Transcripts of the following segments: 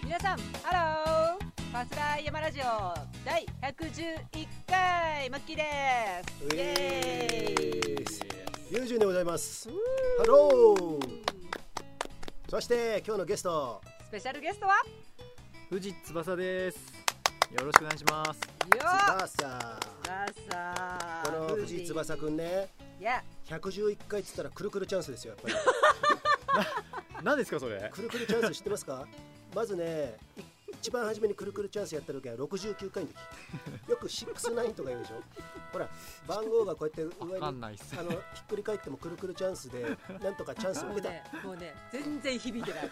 皆さんハロー、パスライ山ラジオ第111回マッキーです。イエーイ、 ユージュンでございます。ハロー。そして今日のゲスト、 スペシャルゲストは藤翼です。よろしくお願いします。 翼。この藤翼くんね、111回っつったらくるくるチャンスですよ、やっぱり。 何ですかそれ？ くるくるチャンス知ってますか？まずね、一番初めにくるくるチャンスやった時は69回の時。よく69とか言うでしょ。ほら、番号がこうやって上にひっくり返ってもくるくるチャンスでなんとかチャンスを受けた。 もうね、全然響いてない。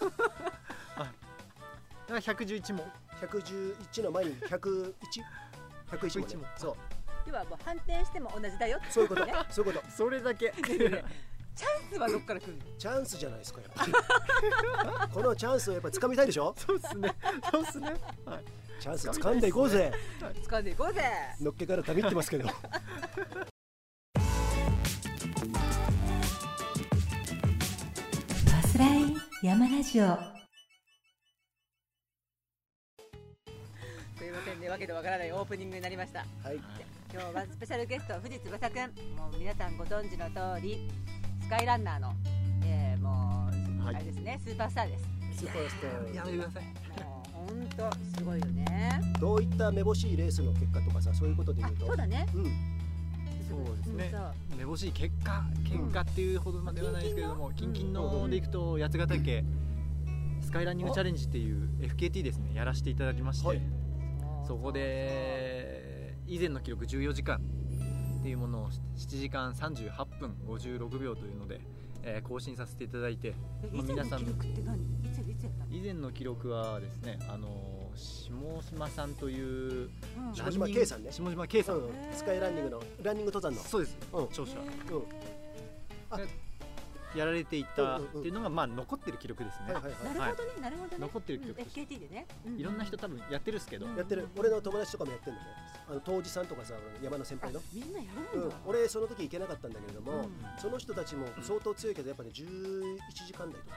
111も 111の前に101もね。そう。 要はもう反転しても同じだよ。 そういうこと。そういうこと。 それだけ。 チャンスはどっから来るの？ チャンスじゃないですか、やっぱり。このチャンスをやっぱり掴みたいでしょ。 そうですね。そうですね。はい。 チャンス掴んでいこうぜ。 掴んでいこうぜ。 のっけから旅ってますけど。 バスライ山ラジオ。 ということで、わけでわからないオープニングになりました。 はい。 今日はスペシャルゲスト藤翼くん、もう皆さんご存知の通りスカイランナーの、もう、あれですね、スーパースターです。 スーパースター。 やめてください。 もう本当すごいよね。 どういっためぼしいレースの結果とかさ、そういうことで言うと。 そうだね。 そうですね。めぼしい結果っていうほどまではないですけれども、近々のでいくと八ヶ岳スカイランニングチャレンジっていう FKT ですね、やらせていただきまして、そこで以前の記録14時間っていうものを7時間38分56秒というので、更新させていただいて、 皆さんの記録って何？いつやったの？ 以前の記録はですね、下島さんという、 下島圭さんね。 下島圭さん、 スカイランニングのランニング登山の。 そうです、著者、やられていたっていうのが、まあ残ってる記録ですね。 なるほどね、なるほどね。 残ってる記録です。 FKT でね、 いろんな人多分やってるっすけど。 やってる。俺の友達とかもやってるのね。当時さんとかさ、山の先輩の。 みんなやるんだ。 俺その時行けなかったんだけれども、その人たちも相当強いけど、やっぱり11時間台とか。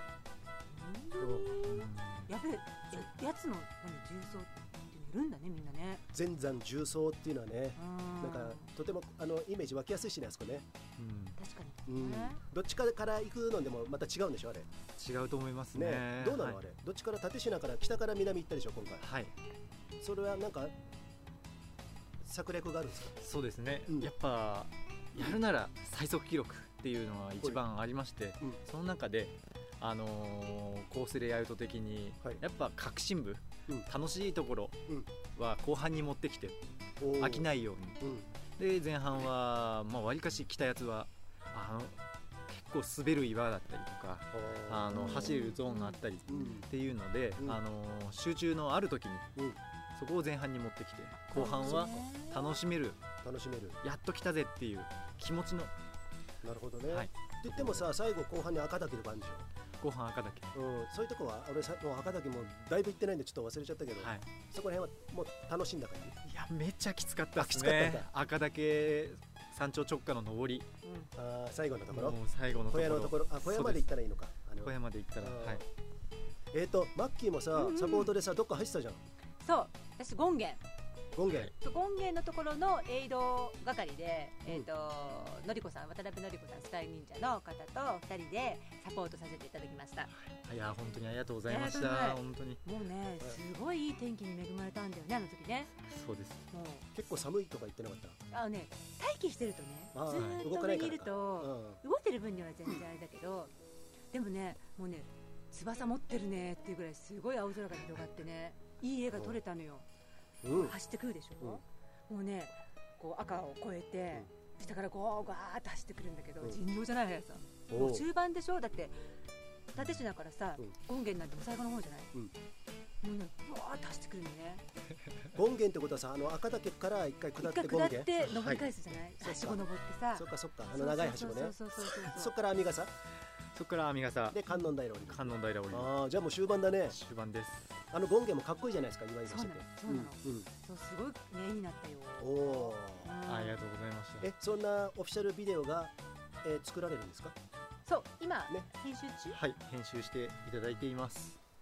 やべえ、やつの重曹っているんだね、みんなね。 全山重曹っていうのはね、なんかとてもイメージ湧きやすいしね、あそこね。 確かに。 どっちかから行くのでもまた違うんでしょ、あれ。 違うと思いますね。 どうなのあれ？どっちから、立科から北から南行ったでしょ今回。 はい。 それはなんか策略があるんですか？ そうですね。やっぱやるなら最速記録っていうのは一番ありまして、その中でコースレイアウト的にやっぱ核心部、楽しいところは後半に持ってきて飽きないように、で前半はまあ割かし来たやつは結構滑る岩だったりとか走れるゾーンがあったりっていうので、集中のある時にそこを前半に持ってきて、後半は楽しめる、やっと来たぜっていう気持ちの。 なるほどね。って言ってもさ、最後後半に赤岳とかあるんでしょ。 後半赤岳、 そういうとこは俺もう赤岳もだいぶ行ってないんでちょっと忘れちゃったけど、そこら辺はもう楽しんだからね。 いやめっちゃきつかったですね。赤岳山頂直下の上り、 最後のところ、 最後のところ、 小屋まで行ったらいいのか。 小屋まで行ったら、 マッキーもさ、サポートでさどっか走ってたじゃん。 そう、私権現のところのエイド係で、のりこさん、渡辺のりこさん、スカイ忍者の方と2人でサポートさせていただきました。 いや本当にありがとうございました。本当にもうね、すごいいい天気に恵まれたんだよね、あの時ね。 そうです。 もう結構寒いとか言ってなかった？ 待機してるとね、ずーっと上にいると動いてる分には全然あれだけど、でもね、もうね、翼持ってるねっていうぐらいすごい青空が広がってね、いい絵が撮れたのよ。走ってくるでしょ、もうね、こう赤を越えて、下からこうガーッと走ってくるんだけど、尋常じゃない速さ。もう中盤でしょ。だって立科からさ、権現なんても最後の方じゃない。もうね、うわーって走ってくるのね。 権現ってことはさ、赤岳から一回下って下って登り返すじゃない。はしご登ってさ。 そっか長いはしごね。そっから網笠。 そっから網笠で観音平降り。 じゃあもう終盤だね。 終盤です。 権現もかっこいいじゃないですか、今言いましたけど。 そうなの。そう、すごい絵になったよ。 ありがとうございました。 そんなオフィシャルビデオが作られるんですか？ そう、今編集中。 はい、編集していただいています。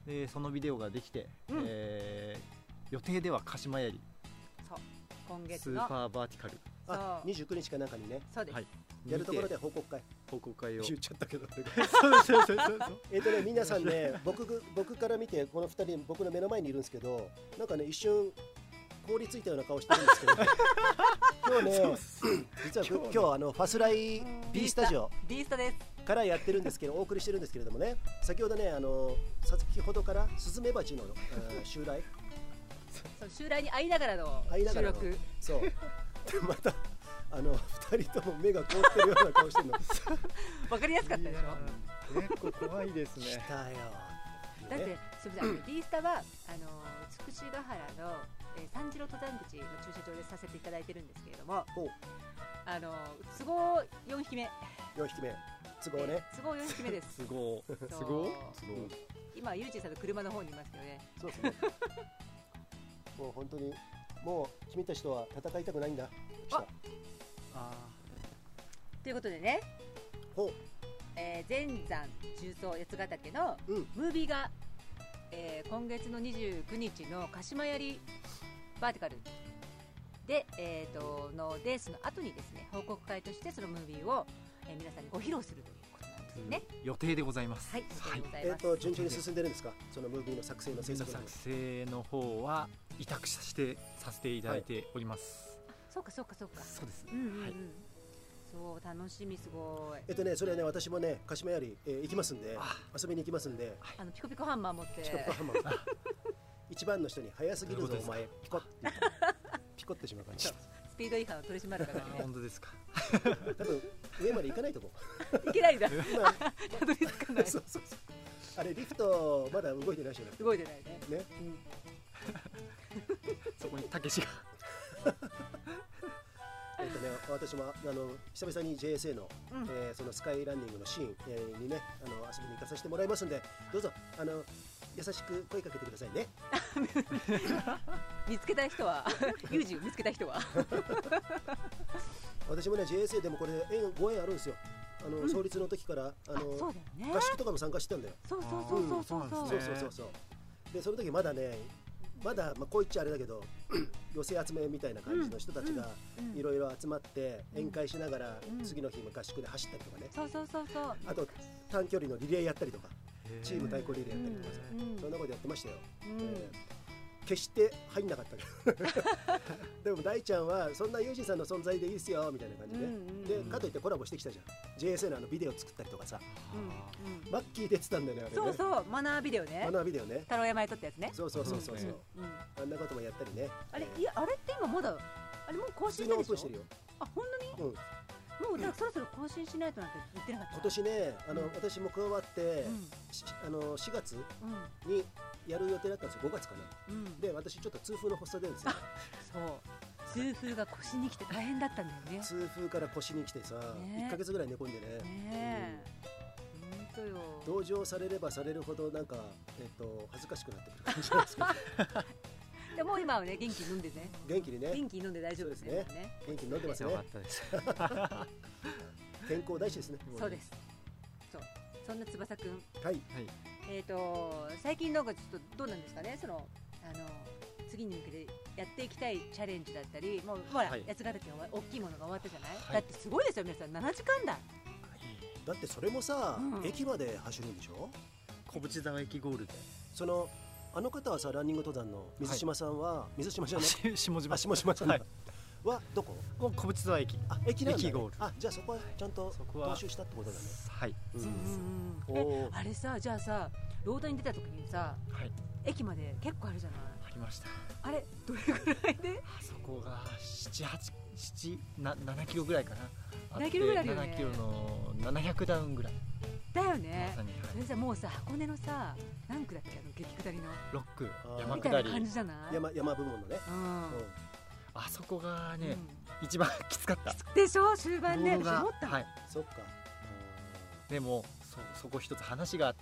でそのビデオができて、予定では鹿島槍今月スーパーバーティカル 29日かなんかにね、 そうです、 やるところで報告会を言っちゃったけど皆さんね、僕から見てこの2人僕の目の前にいるんですけど、なんかね一瞬凍りついたような顔してるんですけど、今日ね実は今日ファスライ B スタジオですからやってるんですけど、お送りしてるんですけれどもね、先ほどね先ほどからスズメバチの襲来襲来に会いながらの収録、 そうでまた2人とも目が凍ってるような顔してるのわかりやすかったでしょ。 結構怖いですね。 来たよ。 だってすみません、B スタは筑紫ヶ原の三次郎登山口の駐車場でさせていただいてるんですけれども、都合4匹目都合ね、 都合4匹目です。 都合今ゆうちんさんの車の方にいますけどね。 そうですねもう本当にもう君たちとは戦いたくないんだ。 ということでね、全山重曹八ヶ岳のムービーが、今月の29日の鹿島槍バーティカルで、のレースの後にですね、報告会としてそのムービーを、皆さんにご披露するということなんですね。 予定でございます。 はい、 順調に進んでるんですか、そのムービーの作成の制作の方は委託させていただいております。 そうか。 そうです。 そう、楽しみ、すごい。 それね、私もね、鹿島槍行きますんで、遊びに行きますんで、 ピコピコハンマー持って、 一番の人に早すぎるぞお前、ピコってピコってしまう感じ。 スピード違反を取り締まるからね。 本当ですか。 多分上まで行かないとこ。 行けないんだ。たどり着かない。 そう。あれリフトまだ動いてないしね。 動いてないね。 そこにたけしが。 私も久々に JSA の、そのスカイランニングのシーン、にね遊びに行かさせてもらいますんで、どうぞ優しく声かけてくださいね。 見つけた人はユージを見つけた人は私もね JSA でもこれご縁あるんですよ。創立の時からそうだよね、 合宿とかも参加してたんだよ。 そうでその時まだこう言っちゃあれだけど寄せ集めみたいな感じの人たちがいろいろ集まって宴会しながら次の日も合宿で走ったりとかね、 そうあと短距離のリレーやったりとかチーム対抗リレーやったりとかさ、そんなことやってましたよ。決して入んなかったけどでも大ちゃんはそんなユージさんの存在でいいですよみたいな感じで、でかといってコラボしてきたじゃん。 JSA のビデオ作ったりとかさ、マッキー出てたんだよね、あれね。 そうマナービデオね。太郎山へ撮ったやつね。 そうあんなこともやったりね。 あれって今まだあれもう更新してるでしょ。 普通にオープンしてるよ。 あ、本当に？もうだからそろそろ更新しないとなんて言ってなかった。 今年ね、私も加わって4月にやる予定だったんですよ。5月かな。で私ちょっと痛風の発作出るんですよ。 そう痛風が腰に来て大変だったんだよね。 痛風から腰に来てさ、1ヶ月ぐらい寝込んでね。 本当よ。 同情されればされるほどなんか恥ずかしくなってくる感じなんですけど。 でも今はね、元気飲んでね。 元気に飲んで大丈夫ですね。 元気に飲んでますね。 よかったです。 健康大事ですね。 そうです。そんな翼くん。 はい。 最近なんかちょっとどうなんですかね。次に向けてやっていきたいチャレンジだったり、もうほら八ヶ岳の大きいものが終わったじゃない。だってすごいですよ皆さん、7時間だ。 だってそれもさ、駅まで走るんでしょ。 小淵沢駅ゴールで。 あの方はさ、ランニング登山の水島さんは、水島じゃない、 下島さんはどこ？ 小淵沢駅。 駅なんだね。 駅ゴール。 じゃあそこはちゃんと踏襲したってことだね。 はい。 あれさ、じゃあさ、ロードに出た時にさ、駅まで結構あるじゃない。 ありました。 あれどれぐらいで？ あそこが7キロぐらいかな。 7キロぐらいあるよね。 7キロの700ダウンぐらい。 だよね。それさ、もうさ、箱根のさ、何区だっけ、激下りの 6区山下りみたいな感じじゃない？ 山部門のね。 あそこがね、一番きつかった。 でしょ、終盤ね。思った。 はい。そっか。 でもそこ一つ話があって、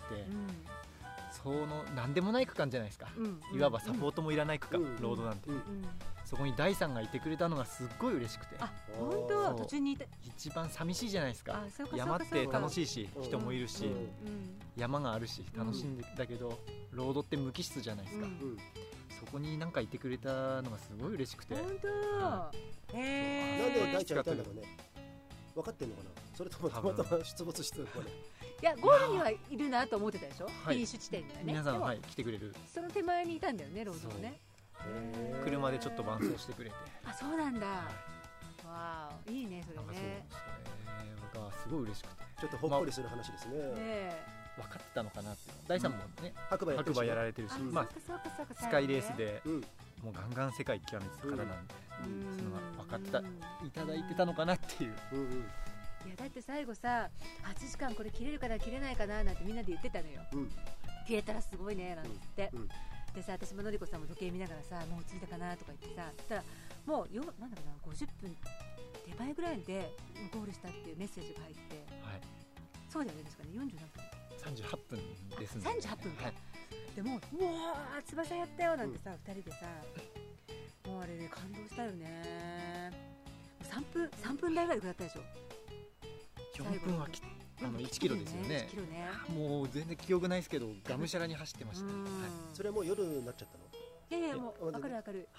何でもない区間じゃないですか。いわばサポートもいらない区間、ロードなんて。そそこに大さんがいてくれたのがすっごい嬉しくて。 あ、本当。途中にいた。 一番寂しいじゃないですか。 そうか山って楽しいし、人もいるし、山があるし楽しいんだけど、ロードって無機質じゃないですか。そこになんかいてくれたのがすごい嬉しくて。 本当。 なんで大ちゃんいたんだろうね。分かってんのかな。それともたまたま出没してるのかね。 いや、ゴールにはいるなと思ってたでしょ。フィニッシュ地点にはね。 皆さんはい来てくれる。 その手前にいたんだよね、ロードのね。 車でちょっと伴走してくれて。 あ、そうなんだ。わあ、いいね、それね。 僕はすごい嬉しくて。 ちょっとほっこりする話ですね。 分かってたのかなって。大さんもね、 白馬やられてるし、 スカイレースでもうガンガン世界極めてた方なんで、その分かっていただいてたのかなっていう。 いや、だって最後さ、8時間これ切れるかな切れないかななんてみんなで言ってたのよ。切れたらすごいねなんて言って。でさ、私ものりこさんも時計見ながらさ、もう着いたかなとか言ってさ、そしたらもうなんだかな、50分手前ぐらいでゴールしたっていうメッセージが入って、そうだよね、ですかね、40何分 38分ですね。 38分か。でもうわー、翼やったよなんてさ、2人でさ、もうあれね、感動したよね。3分台ぐらいで下ったでしょ。 4分は1キロですよね。もう全然記憶ないですけど、がむしゃらに走ってました。 それはもう夜になっちゃったの？ いやいや、もう明るい明るい。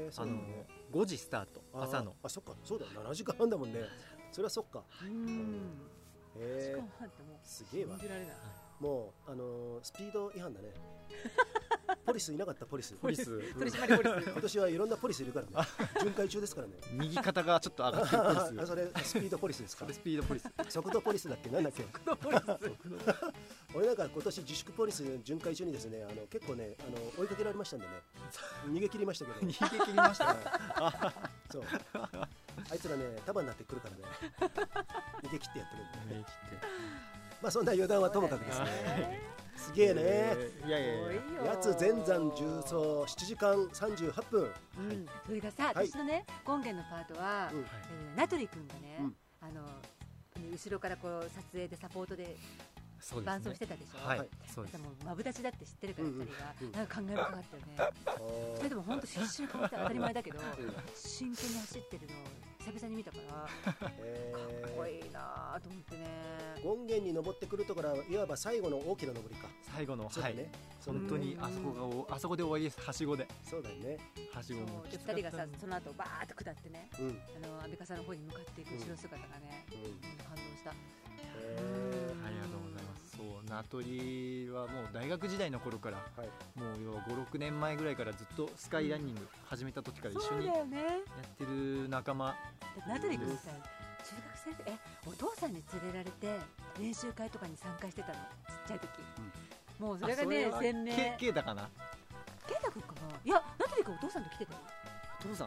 5時スタート、朝の。 あ、そっか、そうだ、7時間半だもんね。それはそっか。 7時間半ってもうすげえわ。 信じられない。 もうスピード違反だね。ポリスいなかった。ポリス取締りポリス。 今年はいろんなポリスいるからね。巡回中ですからね。 右肩がちょっと上がってるポリス。 それスピードポリスですか。 スピードポリス。 速度ポリスだっけ、なんだっけ。 速度ポリス。 俺なんか今年自粛ポリス巡回中にですね、結構ね、追いかけられましたんでね、逃げ切りましたけど。 逃げ切りましたね。 そう。あいつらね、束になってくるからね、逃げ切ってやってるんで。逃げ切って。まあそんな余談はともかくですね。すげえね。 いやいやいや。やつ全山重走7時間38分。 それがさ、私のね、権限のパートは名取くんがね、後ろからこう撮影でサポートで伴走してたでしょ。 はい、そうです。 もうマブダチだって知ってるから2人がなんか考え深かったよね。2人でも本当必死に構って当たり前だけど真剣に走ってるのを久々に見たからかっこいいなと思ってね。 権現に登ってくるところはいわば最後の大きな登りか。 最後の、はいね、本当にあそこで終わりです。はしごで。 そうだよね。 はしごも 2人がさ、その後バーッと下ってね、アンビカさんの方に向かっていく後ろ姿がね、感動した。ありがとうございます。そう、名取はもう大学時代の頃から、もう要は5、6年前ぐらいからずっとスカイランニング始めた時から一緒にやってる仲間。 名取君さ、中学生でお父さんに連れられて練習会とかに参加してたの、ちっちゃい時。もうそれがね、鮮明。 ケイタかな。 ケイタ君かな。いや、名取君お父さんと来てたよ。 お父さん。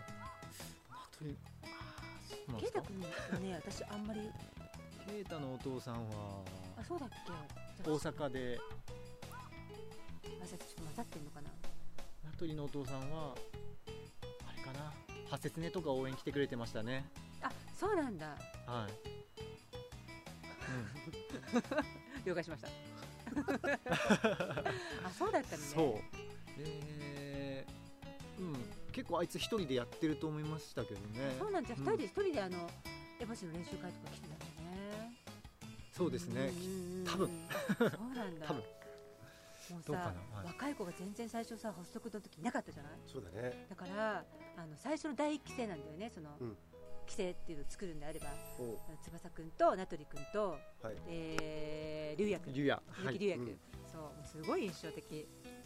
ケイタ君ね、私あんまり。 ケイタのお父さんは。 あ、そうだっけ。大阪で。 あ、じゃあちょっと混ざってんのかな。 名取のお父さんは。あれかな。ハセツネとか応援来てくれてましたね。 あ、そうなんだ。 はい。 了解しました。あ、そうだったのね。 そう。結構あいつ一人でやってると思いましたけどね。 そうなんじゃ、一人でエバシの練習会とか来てたんだね。 そうですね。多分。 そうなんだ。 多分。 もうさ、若い子が全然最初さ、発足の時いなかったじゃない。 そうだね。 だから最初の第一期生なんだよね、その期生っていうのを作るんであれば、翼くんと名取くんと龍也くん、鈴木龍也くん、そう、もうすごい印象的。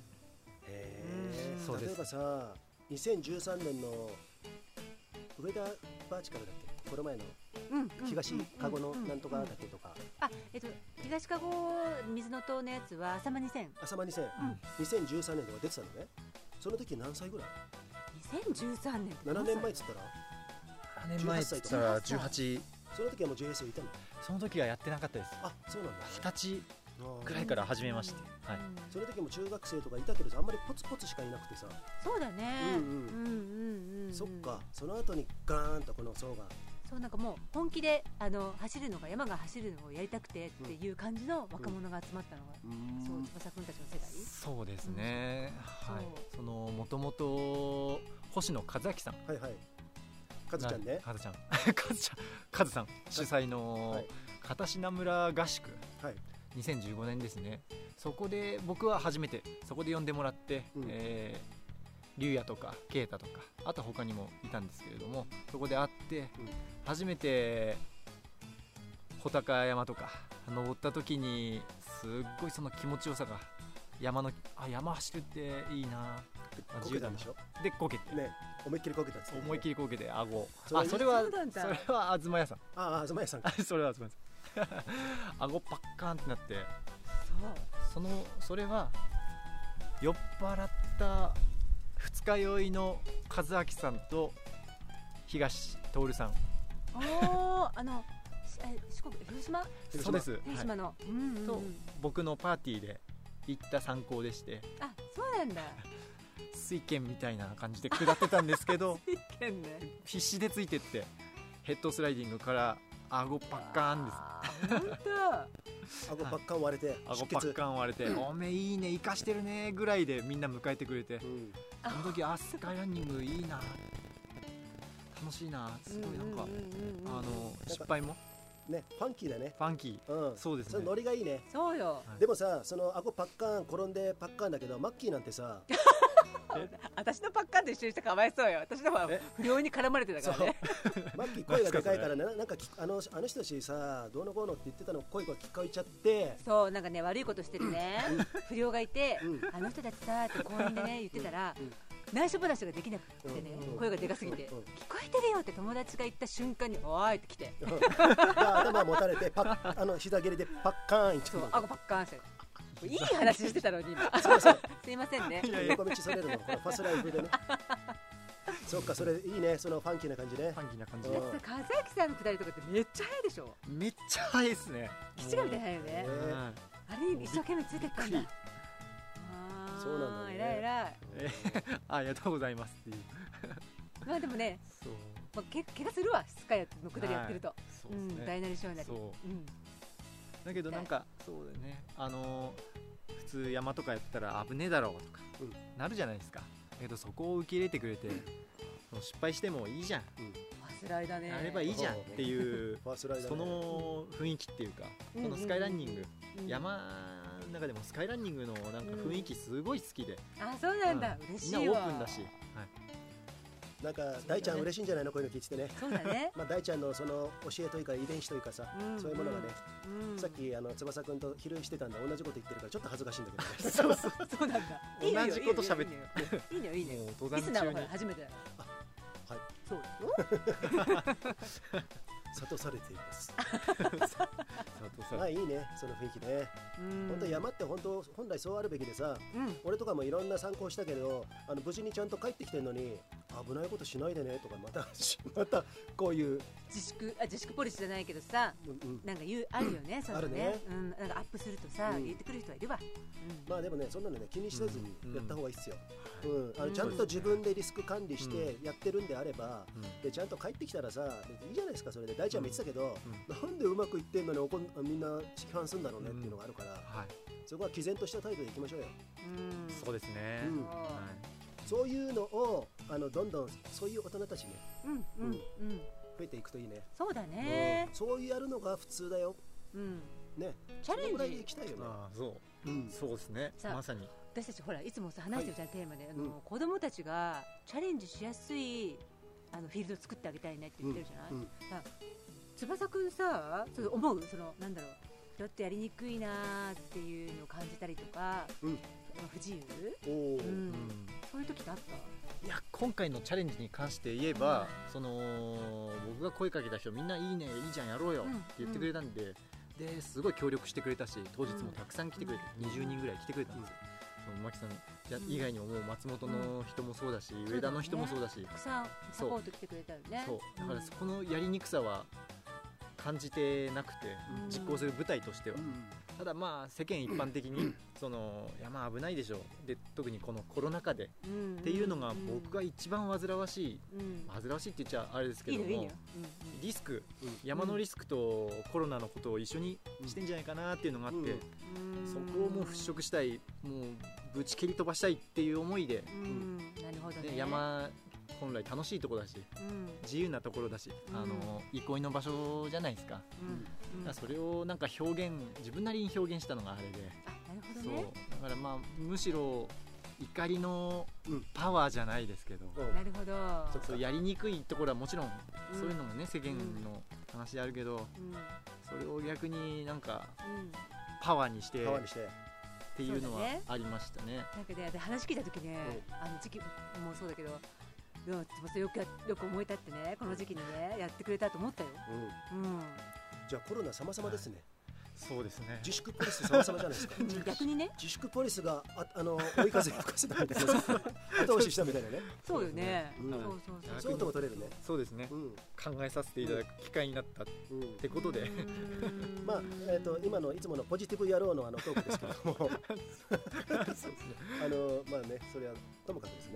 例えばさ、2013年の上田バーチカルだっけ、この前の東かごのなんとかだっけとか、 東かご水の塔のやつは浅間2000、 2013年とか出てたのね。その時何歳ぐらい ？2013年 7年前っつったら 7年前っつったら18。 その時はもう JS いたの？ その時はやってなかったです。 あ、そうなんだ。 20歳ぐらいから始めまして、 その時も中学生とかいたけど、あんまりポツポツしかいなくてさ。 そうだね。 そっか、その後にガーンとこの層がそうなんかもう本気で走るのが山が走るのをやりたくてっていう感じの若者が集まったのが、そう翼くんたちの世代。 そうですね、はい、そのもともと星野和明さん、 はいはい、カズちゃんね、 カズさん主催の片品村合宿、はい、2015年ですね。そこで僕は初めてそこで呼んでもらって、龍也とか啓太とかあと他にもいたんですけれども、そこで会って、初めて穂高山とか登った時にすっごいその気持ちよさが山走るっていいな。 こけたんでしょ。 でこけてね、思いっきりこけたっつって、ね、 思いっきりこけて顎、それは東屋さん、 東屋さんそれは東屋さん顎パッカーンってなって、それは酔っ払った二日酔いの和明さんと東徹さん、 四国広島、 そうです、 広島の、 と僕のパーティーで行った参考でして、 あ、そうなんだ。 水拳みたいな感じで下ってたんですけど水拳ね、 必死でついてってヘッドスライディングから顎パッカーンです。 本当。 顎パッカン割れて、 顎パッカン割れて、おめえいいね、生かしてるねぐらいでみんな迎えてくれて、その時スカイランニングいいな、楽しいな、すごいなんか失敗もね、ファンキーだね。 ファンキー、そうですね。 そのノリがいいね。 そうよ。 でもさ、その顎パッカーン転んでパッカーンだけど、マッキーなんてさ私のパッカーンと一緒にしてかわいそうよ。私の方は不良に絡まれてたからね。 マッキー声がでかいからね、なんかあの人たちさ、どうのこうのって言ってたの声が聞こえちゃって、 そうなんかね、悪いことしてるね不良がいて、あの人たちさって公園でね言ってたら、内緒話ができなくてね、声がでかすぎて、聞こえてるよって友達が言った瞬間におーいって来て、 頭持たれて膝蹴りでパッカーン、 そう、顎パッカーンして、いい話してたのに今。すいませんね。 横道それるの、このファスライフでね。そうか、それいいね、そのファンキーな感じね。 ファンキーな感じ。 だって和明さんのくだりとかってめっちゃ早いでしょ。 めっちゃ早いですね。 キチガみたいに早いよね。あれに一生懸命ついてったんだ。 そうなんだね。 偉い偉い。 ありがとうございますっていう。 まあでもね、怪我するわ、スカイのくだりやってると。大なり小なり。 だけどなんかそうだよね。普通山とかやったら危ねえだろうとかなるじゃないですか。だけどそこを受け入れてくれて、失敗してもいいじゃん。 ファスライだね。 やればいいじゃんっていうその雰囲気っていうか、そのスカイランニング、山の中でもスカイランニングのなんか雰囲気すごい好きで。 あ、そうなんだ。嬉しいわ。 みんなオープンだし。 なんか大ちゃん嬉しいんじゃないの、こういうの聞いてね。 そうだね。 まあ大ちゃんのその教えというか遺伝子というかさ、そういうものがね、さっき翼くんと昼してたんだ、同じこと言ってるからちょっと恥ずかしいんだけどね。 そうなんだ。 同じこと喋っていいねいいね。リスナーは初めてだ。 はい。 そうよ。 諭されています。まあいいね、その雰囲気ね。本当山って本来そうあるべきでさ、俺とかもいろんな参考したけど、無事にちゃんと帰ってきてるのに危ないことしないでねとか、またこういう自粛ポリシーじゃないけどさ、なんかあるよね、そのね、なんかアップするとさ言ってくる人はいるわ。 まあでもね、そんなのね気にせずにやった方がいいっすよ。ちゃんと自分でリスク管理してやってるんであれば、でちゃんと帰ってきたらさ、いいじゃないですか。それで大ちゃんも言ってたけど、なんでうまくいってんのにみんな批判するんだろうねっていうのがあるから、そこは毅然とした態度でいきましょうよ。 そうですね。 そういうのをどんどんそういう大人たちね、増えていくといいね。 そうだね。 そうやるのが普通だよ。ね、 チャレンジで行きたいよね。 そうですね。まさに私たちほらいつもさ話してるじゃん、テーマで子供たちがチャレンジしやすいフィールドを作ってあげたいねって言ってるじゃない。翼くんさ、それ思う、そのなんだろう、ちょっとやりにくいなっていうのを感じたりとか、不自由、そういう時ってあった？ いや、今回のチャレンジに関して言えば、僕が声かけた人みんないいね、いいじゃん、やろうよって言ってくれたんで、ですごい協力してくれたし、当日もたくさん来てくれて、20人ぐらい来てくれたんですよ。マキさん以外にも松本の人もそうだし、上田の人もそうだし、 たくさんサポート来てくれたよね。 そうだからそこのやりにくさは感じてなくて、実行する舞台としては、 ただまあ世間一般的にその山危ないでしょで、特にこのコロナ禍でっていうのが僕が一番煩わしい、煩わしいって言っちゃあれですけども、リスク、山のリスクとコロナのことを一緒にしてんじゃないかなっていうのがあって、そこをもう払拭したい、もうぶち蹴り飛ばしたいっていう思いで、 なるほどね、 山本来楽しいところだし、自由なところだし、憩いの場所じゃないですか。だからそれをなんか表現、自分なりに表現したのがあれで、 なるほどね。 そうだからまあむしろ怒りのパワーじゃないですけど、 なるほど、 そうやりにくいところはもちろんそういうのもね、世間の話であるけど、それを逆になんかパワーにしてっていうのはありましたね。 なんかね、話聞いた時ね、時期もそうだけど、よく思い立ってね、この時期にねやってくれたと思ったよ。 じゃあコロナ様々ですね。 そうですね。 自粛ポリス様々じゃないですか。 逆にね、 自粛ポリスが追い風吹かせたみたいな、後押ししたみたいなね。 そうよね。 そうとも取れるね。 そうですね。考えさせていただく機会になったってことで、 まあ今のいつものポジティブ野郎のトークですけども、そうですね。まあね、それはともかくですね。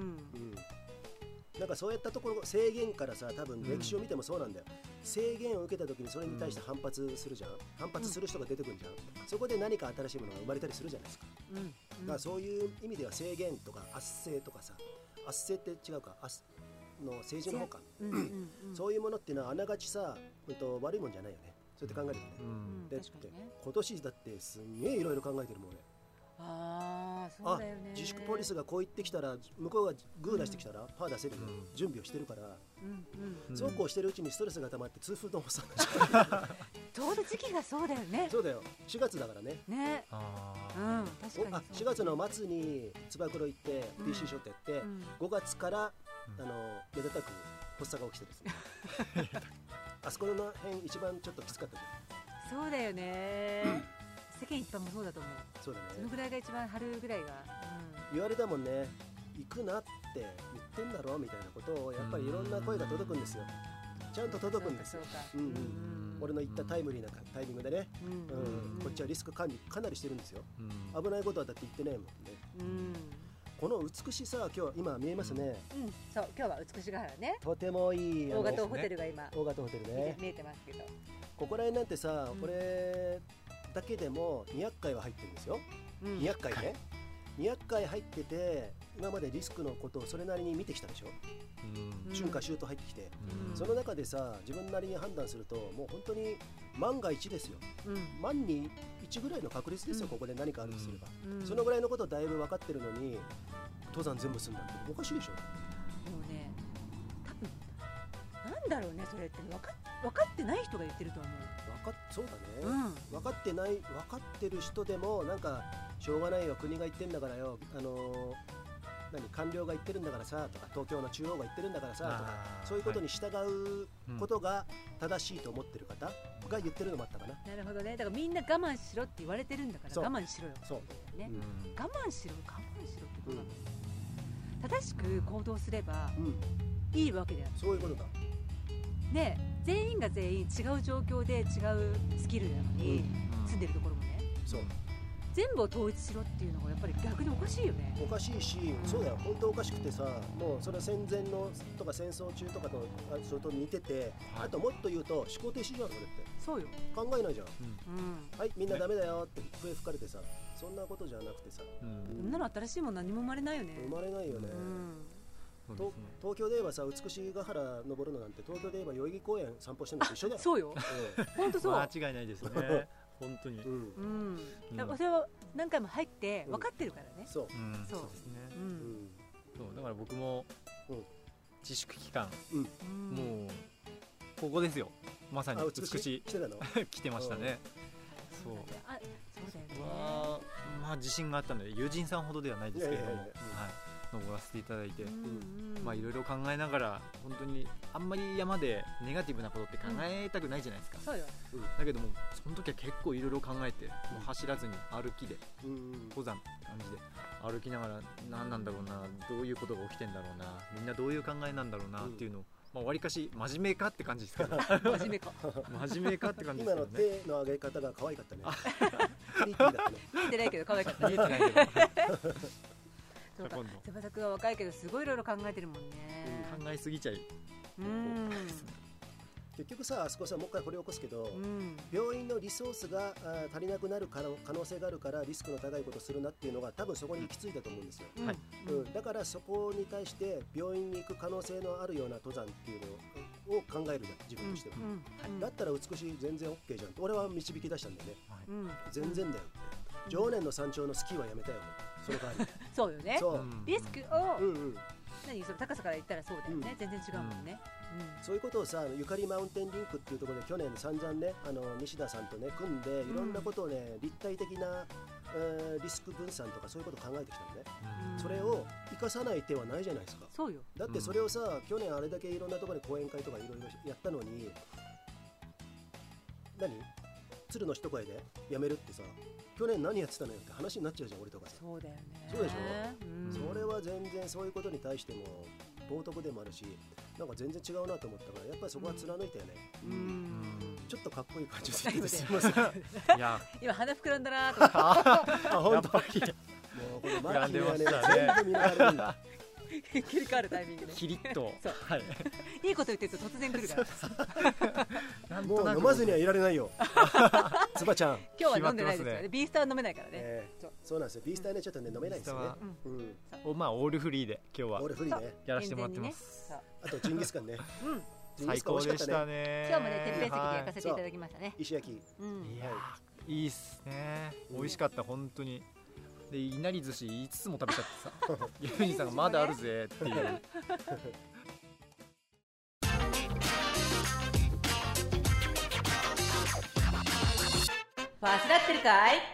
なんかそういったところ、制限からさ、多分歴史を見てもそうなんだよ。制限を受けた時にそれに対して反発するじゃん。反発する人が出てくるじゃん。そこで何か新しいものが生まれたりするじゃないですか。だからそういう意味では制限とか圧政とかさ、圧政って違うか、政治の方か、そういうものっていうのはあながちさ、悪いもんじゃないよね。そうやって考えるとね。だって今年だってすんげえいろいろ考えてるもん俺。 そうだよね。 自粛ポリスがこう言ってきたら、向こうがグー出してきたらパー出せる準備をしてるから、そうこうしてるうちにストレスが溜まって痛風の発作になっちゃう。 ちょうど時期がそうだよね。 そうだよ、4月だからね。 ね、確かに 4月の末につば九郎行って PC ショットやって、5月からめでたく発作が起きてですね。あそこの辺一番ちょっときつかったじゃん。そうだよね。世間一般もそうだと思う。 そうだね。 そのぐらいが一番春ぐらいが、 言われたもんね。行くなって言ってんだろみたいなことをやっぱりいろんな声が届くんですよ。ちゃんと届くんですよ。俺の言ったタイムリーなタイミングでね。こっちはリスク管理かなりしてるんですよ。危ないことはだって言ってないもんね。この美しさ、今見えますね。 そう、今日は美しが原ね。 とてもいい大型ホテルが今大型ホテルね見えてますけど、 ここら辺なんてさ、これだけでも200回は入ってるんですよ。200回ね。200回入ってて、今までリスクのことをそれなりに見てきたでしょ。春夏秋冬入ってきて、その中でさ、自分なりに判断すると、もう本当に万が一ですよ。万に1ぐらいの確率ですよ。ここで何かあるとすれば、そのぐらいのことだいぶ分かってるのに、登山全部するなんておかしいでしょ。 もうね、多分なんだろうね、それって分かってない人が言ってると思う。 そうだね、分かってる人でも、なんかしょうがないよ、国が言ってんだからよ、官僚が言ってるんだからさとか、東京の中央が言ってるんだからさとか、そういうことに従うことが正しいと思ってる方が言ってるのもあったかな。 なるほどね。だからみんな我慢しろって言われてるんだから、我慢しろよ。そうね、我慢しろってことなの。正しく行動すればいいわけだよ。 そういうことだね。全員が全員違う状況で違うスキルなのに、住んでるところもね、 そう全部を統一しろっていうのがやっぱり逆におかしいよね。 おかしいし、そうだよ、本当おかしくてさ、もうそれは戦前のとか戦争中とかとそれと似てて、あともっと言うと思考停止じゃん、それって。 そうよ、 考えないじゃん。はい、みんなダメだよって笛吹かれてさ、そんなことじゃなくてさ、 そんなの新しいもん何も生まれないよね。 生まれないよね。東京で言えばさ、美しが原登るのなんて、東京で言えば代々木公園散歩してるのと一緒だよ。 そうよ、本当そう。 間違いないですね。本当に。 それを何回も入って分かってるからね。 そうですね。だから僕も自粛期間、もうここですよ。まさに美し来てましたね。そう。 そうだよね。 まあ自信があったので、友人さんほどではないですけれども、登らせていただいて、まあいろいろ考えながら、本当にあんまり山でネガティブなことって考えたくないじゃないですか。 そうよ。 だけどもその時は結構いろいろ考えて、もう走らずに歩きで、登山って感じで歩きながら、何なんだろうな、どういうことが起きてんだろうな、みんなどういう考えなんだろうなっていうのを、まあわりかし真面目かって感じですけど。 真面目かって感じですけどね。 今の手の上げ方が可愛かったね。 プリティだったね。 見えてないけど可愛かった。 見えてないけどそうか、翼くんは若いけどすごいいろいろ考えてるもんね。 考えすぎちゃい。 結局さ、あそこさ、もう一回掘り起こすけど、病院のリソースが足りなくなる可能性があるからリスクの高いことをするなっていうのが多分そこに行き着いたと思うんですよ。だからそこに対して病院に行く可能性のあるような登山っていうのを考えるじゃん、自分としては。だったら美しい全然 OK じゃん。俺は導き出したんだよね。全然だよ。常年の山頂のスキーはやめたよ。その代わり。 そうよね。リスクを何その高さから言ったらそうだよね。全然違うもんね。 そういうことをさ、ゆかりマウンテンリンクっていうところで去年散々ね、西田さんとね組んでいろんなことをね、立体的なリスク分散とかそういうことを考えてきたのね。それを生かさない手はないじゃないですか。 そうよ。 だってそれをさ、去年あれだけいろんなところで講演会とかいろいろやったのに、鶴の一声でやめるってさ、去年何やってたのよって話になっちゃうじゃん、俺とかさ。 そうだよね。 そうでしょ。それは全然そういうことに対しても冒涜でもあるし、なんか全然違うなと思ったから、やっぱりそこは貫いたよね。ちょっとかっこいい感じですけど、すいません。 いや、 今鼻膨らんだなと思って。あ、 本当。もうこのマッキーはね、全部見られるんだ。 切り替わるタイミングでキリッと。 はい。いいこと言ってると突然来るから。もう飲まずにはいられないよ。つばちゃん。 今日は飲んでないですよね。ビースター飲めないからね。 そうなんですよ。ビースターね、ちょっとね飲めないですよね。 まあオールフリーで今日は。 オールフリーね。 やらせてもらってます。 あとジンギスカンね。 最高でしたね。 今日もね、てっぺん席で焼かせていただきましたね。 石焼き。 いや、いいっすね。美味しかった、本当に。で、いなり寿司5つも食べちゃってさ、ユージさんがまだあるぜっていう。 忘れってるかい？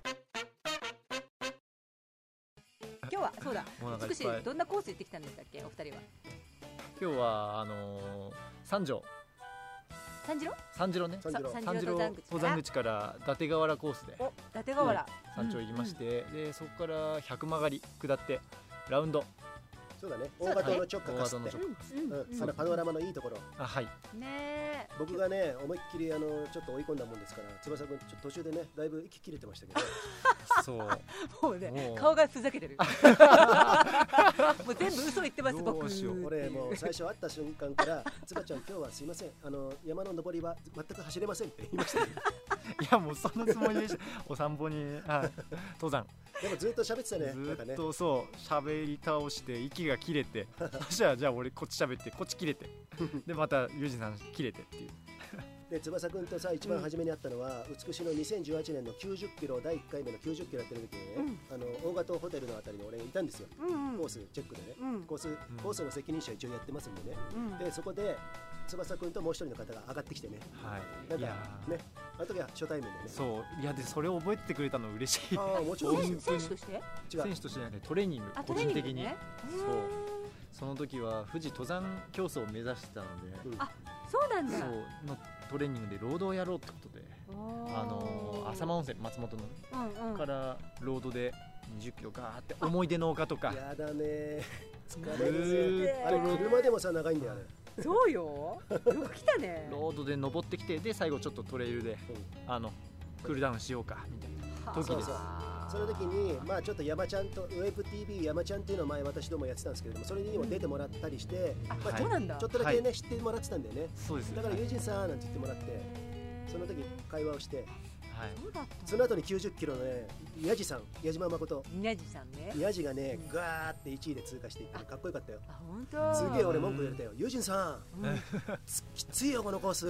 今日はそうだ、美しいどんなコース行ってきたんでしたっけ、お二人は。 今日は三条三次郎ね、三次郎登山口から伊達河原コースで伊達河原山頂行きまして、でそこから100曲がり下ってラウンド。 そうだね、大型の直下かすって、そのパノラマのいいところ。 はいね。 僕がね思いっきりちょっと追い込んだもんですから、翼くんちょっと途中でねだいぶ息切れてましたけど。 そうもうね、顔がふざけてる。もう全部嘘言ってます、僕。 俺もう最初会った瞬間からつばちゃん今日はすいません、山の登りは全く走れませんって言いました。 いやもうそのつもりでした。お散歩に登山でもずっと喋ってたね。 ずっとそう喋り倒して息が切れて、そしたらじゃあ俺こっち喋ってこっち切れて、でまたユージさん切れてっていう。 で翼くんとさ一番初めに会ったのは、美しの2018年の90キロ第1回目の90キロやってる時にね、大型ホテルのあたりに俺がいたんですよ。コースチェックでね、コースの責任者一応やってますんでね。でそこで翼くんともう一人の方が上がってきてね。なんかね、あの時は初対面でね。 そういやでそれを覚えてくれたの嬉しい。 もちろん選手として？ 違う。 選手としてじゃなくてトレーニング、個人的に。その時は富士登山競争を目指してたので。 あ、そうなんだ。 そうのトレーニングでロードをやろうってことで、浅間温泉松本のからロードで20キロガーって思い出の丘とか。 やだね。疲れるぜ。あれ車でもさ長いんだよね。 そうよ。よく来たね。 ロードで登ってきて、で最後ちょっとトレイルでクールダウンしようかみたいな時です。 その時にまあちょっと山ちゃんとウェブ TV 山ちゃんっていうのを前私どもやってたんですけれども、それにも出てもらったりして、 そうなんだ。 ちょっとだけね知ってもらってたんだよね。 そうです。 だから友人さんなんて言ってもらって、その時会話をして、 そうだった。 その後に90キロのね宮地さん、矢島誠宮地さんね。 宮地がねガーって1位で通過していってかっこよかったよ。 あ、本当。 すげえ俺文句言われたよ。友人さんきついよこのコース。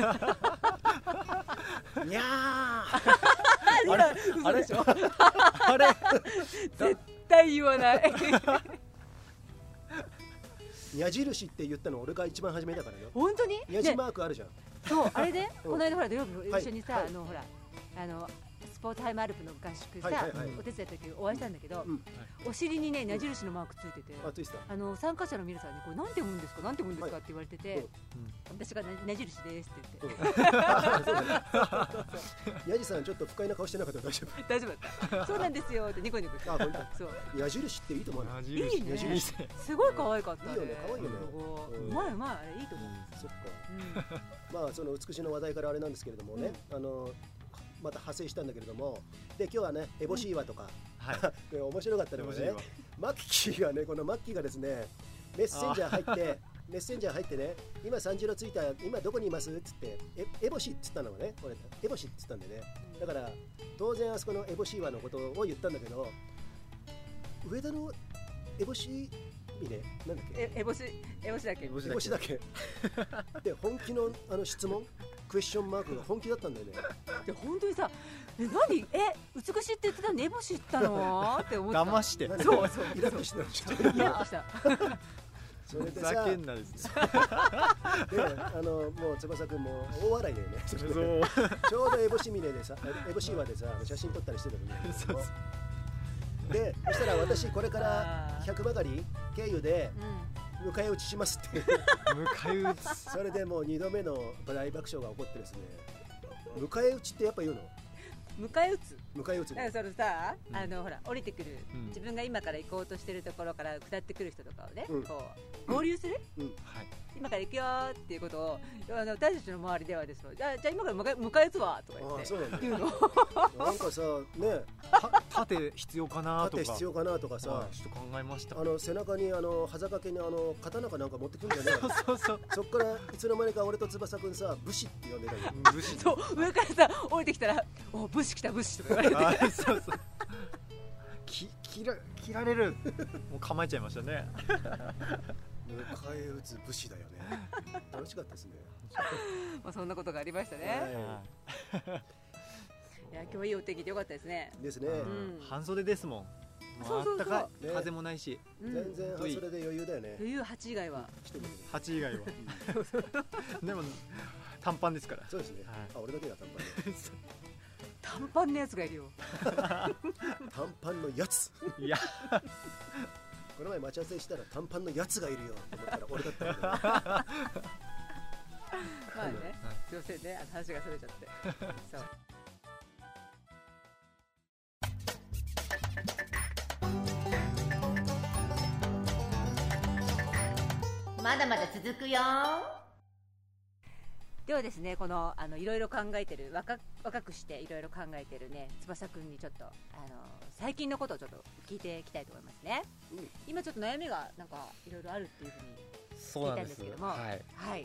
にゃー。 あれでしょ。 あれ絶対言わない。 矢印って言ったの俺が一番初めだからよ。 本当に？ 矢印マークあるじゃん。 そう、あれでこの間ほら土曜日一緒にさ、ほらスポーツハイムアルプの合宿さお手伝いの時お会いしたんだけど、お尻にね矢印のマークついてて、参加者の皆さんにこれなんて読むんですかなんて読むんですかって言われてて、私が矢印ですって言って。 矢印さんちょっと不快な顔してなかった？大丈夫？ 大丈夫だった。そうなんですよってニコニコ。 あ、本当。そう。矢印っていいと思う。 いいね。すごい可愛かった。 いいよね、可愛いよね。 うまいうまい、あれいいと思う。 そっか。まあその美しの話題からあれなんですけれどもね、 また派生したんだけれども、で今日はねエボシーワとか、で面白かったのがね、マッキーがね、このマッキーがですねメッセンジャー入ってね、今3時の着いた、今どこにいますっつってエボシっつったのがね、これエボシっつったんでね、だから当然あそこのエボシーワのことを言ったんだけど、上田のエボシ峰なんだっけ、 エボシだっけ、 エボシだっけで本気の質問クエスチョンマークが本気だったんだよね。 で本当にさ、何美しいって言ってたのエボシったのって思った。 騙して、 そうイラッとしてた。それでさ、 ざけんなですでもう翼くんも大笑いだよね。ちょうどエボシ峰でさ、エボシーワでさ写真撮ったりしてたのね。でそしたら私これから100ばかり経由で迎え撃ちしますって迎え撃ちそれでもう2度目の大爆笑が起こってですね、迎え撃ちってやっぱ言うの、 迎え撃つだからそのさ、ほら降りてくる、自分が今から行こうとしてるところから下ってくる人とかをね、こう合流する、今から行くよっていうことを私たちの周りではですね、じゃあ今から迎え撃つわとか言って言うの。 なんかさね、 盾必要かなとかさ、ちょっと考えました。 背中に端掛けに刀かなんか持ってくるんだよね。そっからいつの間にか俺と翼くんさ武士って呼んでたけど、 そう上からさ降りてきたらお武士来た武士とか言われてそう切られるもう構えちゃいましたね。 迎え撃つ武士だよね。楽しかったですね。 まあそんなことがありましたね。いや今日はいいお天気でよかったですね。 ですね。 半袖ですもん。あったかい、風もないし、 全然半袖で余裕だよね。 余裕8以外は。 8以外は。でも短パンですから。 そうですね。俺だけが短パンで。 短パンのやつがいるよ。 短パンのやつ。 いや。 この前待ち合わせしたら短パンのやつがいるよって思ったら俺だったんだよ。 まあね、すいませんね、話がそれちゃって。そう。 まだまだ続くよ。 ではですね、このいろいろ考えてる若くしていろいろ考えてるね翼くんにちょっと最近のことをちょっと聞いていきたいと思いますね。今ちょっと悩みがなんかいろいろあるっていうふうに聞いたんですけども、はい、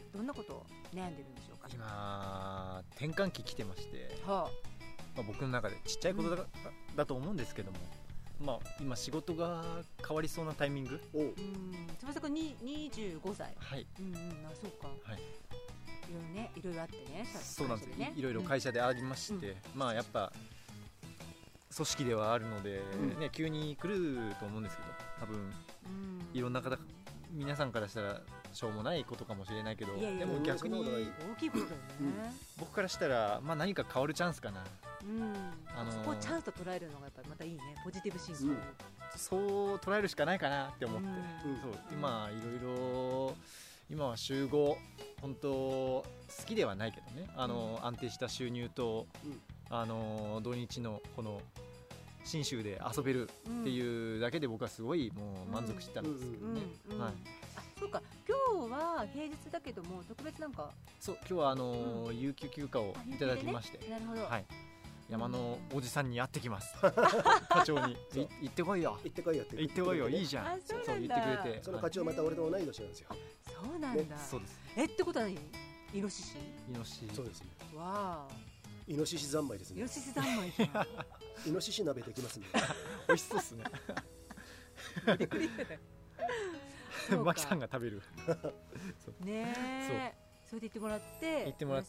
どんなことを悩んでるんでしょうか。 今転換期来てまして、僕の中でちっちゃいことだと思うんですけども、今仕事が変わりそうなタイミング。 翼くん25歳。 はい。 そうか。はい。いろいろあってね。 そうなんです。いろいろ会社でありまして、やっぱ組織ではあるのでね、急に来ると思うんですけど、多分いろんな方皆さんからしたらしょうもないことかもしれないけど、でも逆に大きいことだよね。 僕からしたら何か変わるチャンスかな。 そこをチャンスと捉えるのがやっぱりまたいいね。ポジティブシンキング。 そう捉えるしかないかなって思って、今いろいろ今は週5本当好きではないけどね、安定した収入と、土日のこの信州で遊べるっていうだけで僕はすごいもう満足してたんですけどね。 そうか、今日は平日だけども特別なんか。 そう、今日は有給休暇をいただきまして、 なるほど。 山のおじさんに会ってきます。課長に行ってこいよ、 行ってこいよって、 行ってこいよ、いいじゃん。そう言ってくれて、 その課長また俺と同い年なんですよ。 そうなんだ。 そうです。 ってことは何？イノシシ？ イノシシ。 そうですね。 わあ。 イノシシ三昧ですね。 イノシシ三昧じゃん。 イノシシ鍋できますね。 美味しそうですね。 びっくりだね。 マキさんが食べる。 ねえ。それで行ってもらって、 行ってもらって、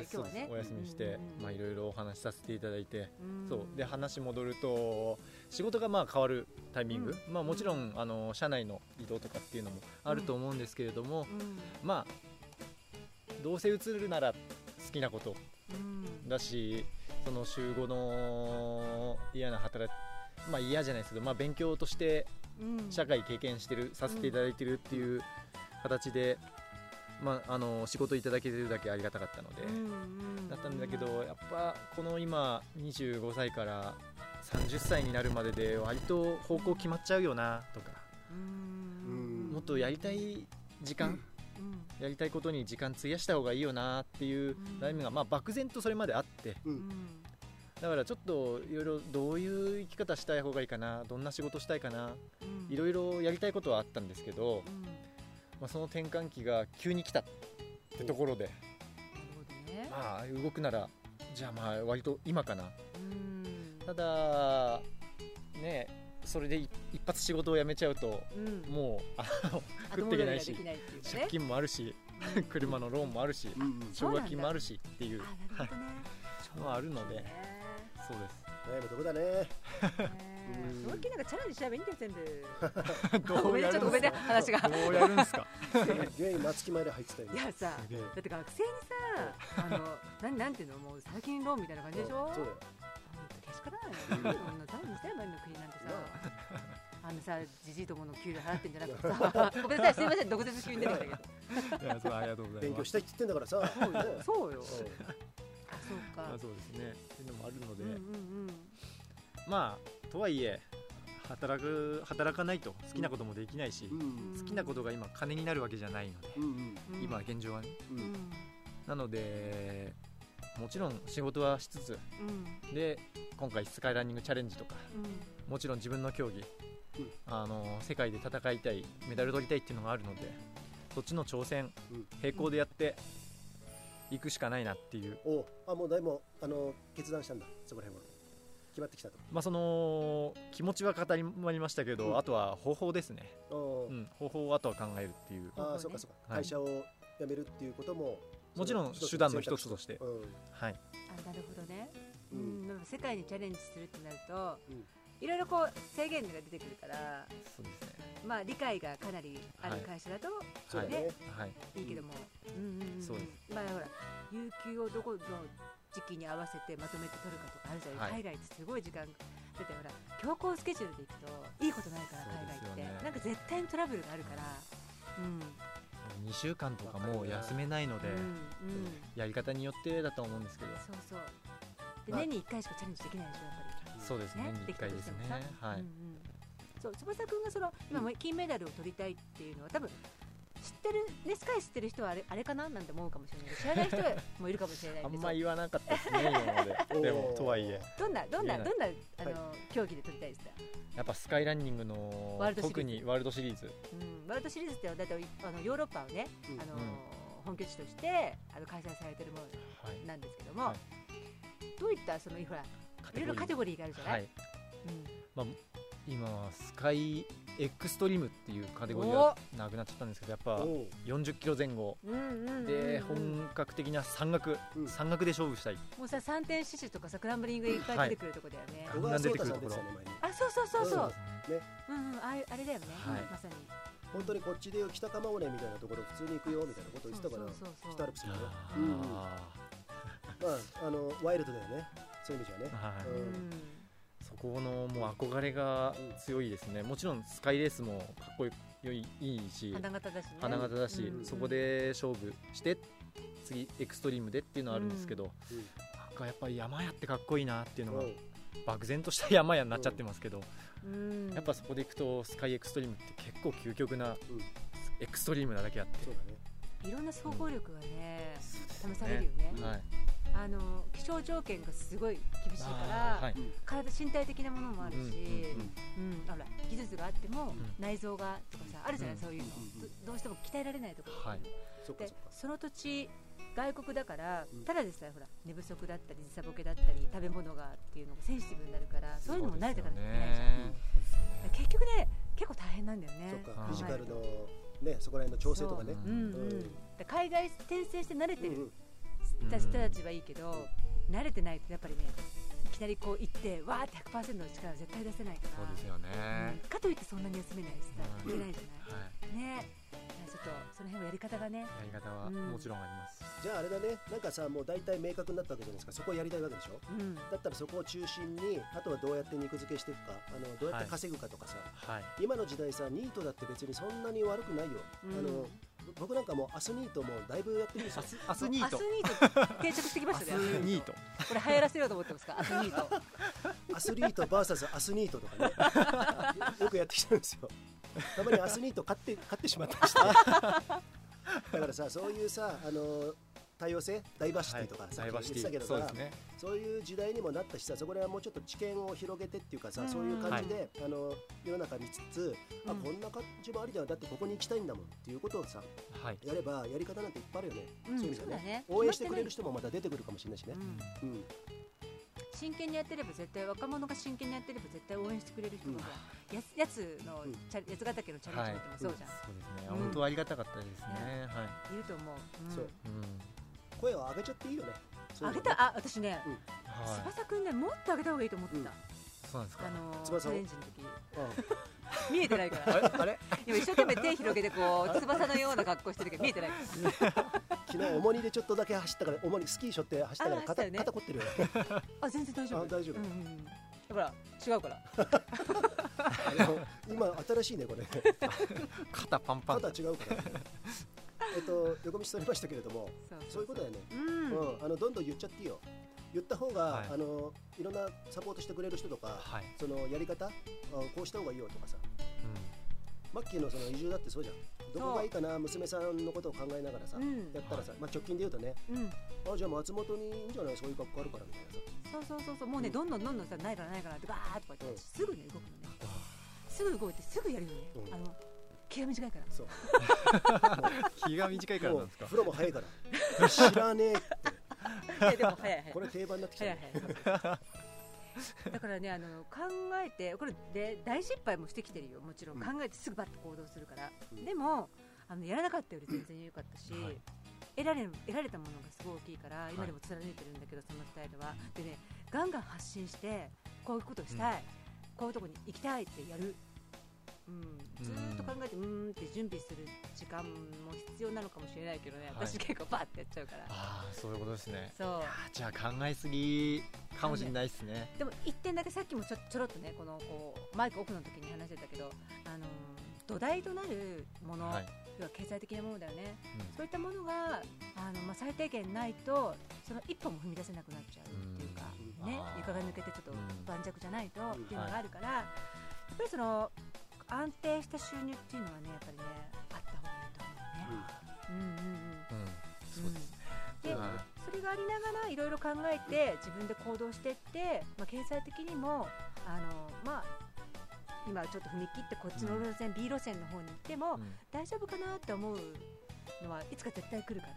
今日はね、 お休みして、いろいろお話しさせていただいて、そうで話戻ると、仕事が変わるタイミング、もちろん社内の移動とかっていうのもあると思うんですけれども、どうせ移るなら好きなことだし、その週5の嫌な働き、嫌じゃないですけど、勉強として社会経験させていただいてるっていう形で。仕事いただけてるだけありがたかったので、だったんだけど、やっぱこの今25歳から30歳になるまでで割と方向決まっちゃうよなとか、もっとやりたい時間、やりたいことに時間費やした方がいいよなっていう悩みが漠然とそれまであって、 だからちょっといろいろどういう生き方したい方がいいかな、どんな仕事したいかな、いろいろやりたいことはあったんですけど、その転換期が急に来たってところで、動くならじゃあ割と今かな。ただね、それで一発仕事を辞めちゃうと、もう食っていけないし、借金もあるし、車のローンもあるし、奨学金もあるしっていうのはあるので、そうです。 悩むとこだね。 奨学金なんかチャレンジしちゃえばいいんだよ全部。 どうやるんですか。 ちょっとごめんね話が。 どうやるんですか。 原因松木前で入ってたよ。 いやさ、だって学生にさ、なんていうの、もう最近ローンみたいな感じでしょ。 そうだよ。 けしからないよ。そんな多分2000万の国なんてさ、じじいどもの給料払ってんじゃなくてさ、ごめんなさい、すいません、毒舌急に出てきたけど。 いや、そう、ありがとうございます。 勉強したいって言ってんだからさ。 そうよ。そうか。 そうですね。っていうのもあるので、とはいえ働かないと好きなこともできないし、好きなことが今金になるわけじゃないので、今現状はね。なのでもちろん仕事はしつつ、で今回スカイランニングチャレンジとか、もちろん自分の競技、世界で戦いたい、メダル取りたいっていうのがあるので、そっちの挑戦、並行でやっていくしかないなっていう。 もうだいぶ決断したんだ、そこら辺は決まってきたと。 その気持ちは固まりましたけど、あとは方法ですね。方法をあとは考えるっていう。 そうかそうか。会社を辞めるっていうことももちろん手段の一つとして、はい。 なるほどね。世界にチャレンジするってなると、いろいろこう制限が出てくるから、 そうですね。 理解がかなりある会社だとね、いいけども、 そうです。 ほら有給をどこの時期に合わせてまとめて取るかとかあるじゃない。海外ってすごい時間だってほら強行スケジュールで行くといいことないから、海外ってなんか絶対にトラブルがあるから。 2週間とかも休めないので、やり方によってだと思うんですけど。 そうで、年に1回しかチャレンジできないでしょ、やっぱり。 そうですね、年に1回ですね。 そう、翼くんが今金メダルを取りたいっていうのは多分知ってるね、スカイ知ってる人はあれかななんて思うかもしれない。知らない人もいるかもしれない。 あんま言わなかったですね、今まで。でもとはいえ、 どんな競技で取りたいですか。 やっぱスカイランニングの特にワールドシリーズ。 ワールドシリーズってだいたいヨーロッパをね、本拠地として開催されてるものなんですけども、どういったほらいろいろカテゴリーがあるじゃない。 今スカイエクストリームっていうカテゴリーがなくなっちゃったんですけど、やっぱ40キロ前後で本格的な山岳で勝負したい。 もうさ、3点死守とかさ、クランブリングいっぱい出てくるところだよね。 ガンガン出てくるところ。 そうあれだよね、まさに。 本当にこっちで北鎌尾根みたいなところ普通に行くよみたいなことを言ってたから、北アルプスもね。ワイルドだよね、そういう意味じゃね。 そこのもう憧れが強いですね。もちろんスカイレースもかっこいいし、 花形だし、 そこで勝負して次エクストリームでっていうのはあるんですけど、やっぱり山屋ってかっこいいなっていうのが漠然とした山屋になっちゃってますけど、やっぱそこで行くとスカイエクストリームって結構究極なエクストリームなだけあって、 いろんな総合力がね試されるよね。気象条件がすごい厳しいから、身体的なものもあるし、技術があっても内臓がとかさあるじゃない。そういうのどうしても鍛えられないところで、その土地外国だから、ただでさえほら寝不足だったり時差ボケだったり食べ物がっていうのがセンシティブになるから、そういうのも慣れていかなきゃいけないじゃん。結局ね、結構大変なんだよね。 フィジカルのね、そこら辺の調整とかね。 海外転戦して慣れてる人たちはいいけど、慣れてないとやっぱりね、いきなりこう行ってわーって 100% の力は絶対出せないから。 そうですよね。 かといってそんなに休めないしさ、いけないじゃないね。ちょっとその辺はやり方がね、 やり方はもちろんあります。 じゃああれだね、なんかさ、もう大体明確になったわけじゃないですか。そこをやりたいわけでしょ。だったらそこを中心に、あとはどうやって肉付けしていくか、どうやって稼ぐかとかさ、今の時代さ、ニートだって別にそんなに悪くないよ。僕なんかもうアスニートもだいぶやってるんですよ。 アスニート定着してきましたね。 アスニート、 これ流行らせようと思ってますか。アスニート、 アスリート VS アスニートとかね、よくやってきてるんですよ。たまにアスニート勝ってしまったりしてだからさ、そういうさ、 多様性ダイバーシティとかさっき言ってたけどさ、そういう時代にもなったしさ、そこではもうちょっと知見を広げてっていうかさ、そういう感じで世の中見つつ、こんな感じもありだよ、だってここに行きたいんだもんっていうことをさやれば、やり方なんていっぱいあるよね。そういう意味でね、応援してくれる人もまた出てくるかもしれないしね。 真剣にやってれば絶対、若者が真剣にやってれば絶対応援してくれる人が、やつヶ岳のチャレンジ見てもそうじゃん。 そうですね、本当ありがたかったですね。 いると思う。 声を上げちゃっていいよね。 上げた、私ね、翼くんね、もっと上げた方がいいと思ってた。 そうなんですか。 チャレンジの時見えてないから。 あれ今一生懸命手広げてこう翼のような格好してるけど見えてない。 昨日重荷でちょっとだけ走ったから、重荷スキー背負って走ったから肩凝ってるよ。 全然大丈夫。 大丈夫。 ほら違うから。 今新しいねこれ。 肩パンパン。 肩違うから。横道取りましたけれども、そういうことだよね。どんどん言っちゃっていいよ。言った方がいろんなサポートしてくれる人とか、そのやり方こうした方がいいよとかさ。マッキーのその移住だってそうじゃん。どこがいいかな、娘さんのことを考えながらさ、やったらさ、直近で言うとね、じゃあ松本にいいんじゃない、そういう格好あるからみたいなさ。そうもうね、どんどんさ、ないからってバーッとか言ってすぐね動くのね。すぐ動いてすぐやるよね。気が短いから。そう。 気が短いからなんですか。 風呂も早いから。知らねえって。 でも早い。 これ定番になってきた。 だからね、考えてこれで大失敗もしてきてるよ。もちろん考えてすぐバッと行動するから。でもやらなかったより全然良かったし、得られたものがすごい大きいから今でも貫いてるんだけど、そのスタイルは。でね、ガンガン発信してこういうことをしたい、こういうとこに行きたいってやる。ずっと考えてって準備する時間も必要なのかもしれないけどね、私結構バーってやっちゃうから。 そういうことですね。 そう。 じゃあ考えすぎかもしれないですね。 でも一点だけさっきもちょろっとね、こうマイクオフの時に話してたけど、土台となるもの、要は経済的なものだよね。そういったものが最低限ないとその一歩も踏み出せなくなっちゃうっていうかね、床が抜けてちょっと盤石じゃないとっていうのがあるから、やっぱりその安定した収入っていうのはね、やっぱりね、あった方がいいと思うね。 そうですね。 で、それがありながらいろいろ考えて自分で行動していって、経済的にも今ちょっと踏み切ってこっちの路線、B 路線の方に行っても大丈夫かなって思うのはいつか絶対来るから、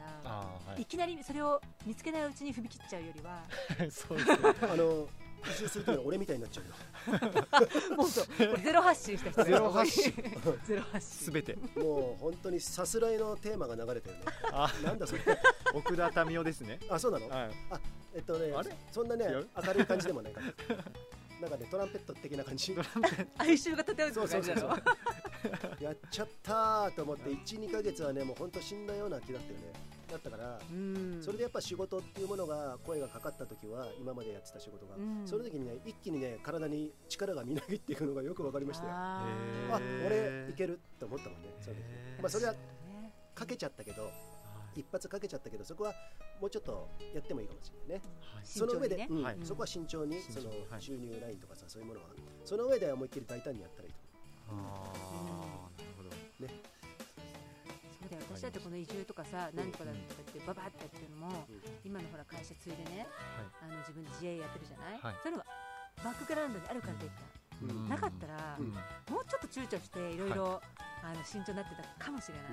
いきなりそれを見つけないうちに踏み切っちゃうよりは。 そうですね。移住するときは俺みたいになっちゃうよ。 もうゼロ発信した人。 ゼロ発信。 ゼロ発信。 すべて。 もう本当にさすらいのテーマが流れてるね。なんだそれ。 奥田民生ですね。 そうなの。そんなね明るい感じでもないから。なんかね、トランペット的な感じ。 哀愁が漂う感じだろ。 やっちゃったーと思って 1,2 ヶ月はね、もう本当死んだような気だったよね。だったから、それでやっぱ仕事っていうものが声がかかった時は、今までやってた仕事が、その時にね、一気にね、体に力がみなぎっていくのがよくわかりましたよ。俺いけるって思ったもんね、その時。それはかけちゃったけど、一発かけちゃったけど、そこはもうちょっとやってもいいかもしれないね。その上で、そこは慎重に、その収入ラインとかさ、そういうものはその上で思いっきり大胆にやったらいいと思う。 なるほどね。 そうだよ。私だってこの移住とかさ、何とかだとかってババってやってるのも、今のほら会社継いでね、自分で自営やってるじゃない。そういうのがバックグラウンドにあるからできた。なかったらもうちょっと躊躇していろいろ慎重になってたかもしれない。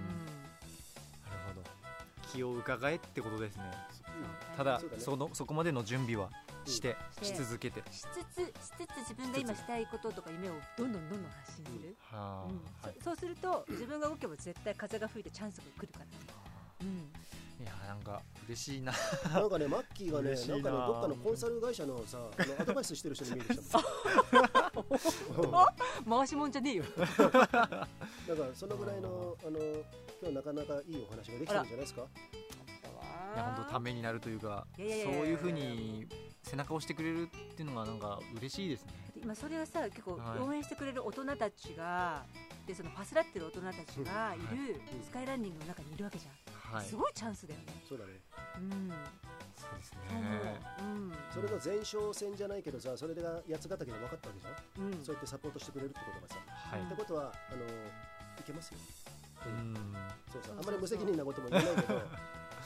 気を伺えってことですね。ただそこまでの準備はし続けてしつつ自分が今したいこととか夢をどんどん発信する。そうすると自分が動けば絶対風が吹いてチャンスが来るから。 いや、なんか嬉しいな。 なんかね、マッキーがね、なんかどっかのコンサル会社のさ、アドバイスしてる人に見えてきたもん。回しもんじゃねえよ。 だからそのぐらいの今日なかなかいいお話ができたんじゃないですか。 いや、本当ためになるというか、そういう風に背中を押してくれるっていうのがなんか嬉しいですね。 今それはさ、結構応援してくれる大人たちが、でそのパスラってる大人たちがいるスカイランニングの中にいるわけじゃん。すごいチャンスだよね。 そうだね。 そうですね。 それの前哨戦じゃないけどさ、それが八ヶ岳で分かったわけじゃん。そうやってサポートしてくれるってことがさ、ってことはいけますよ。そうさ、あんまり無責任なことも言えないけど、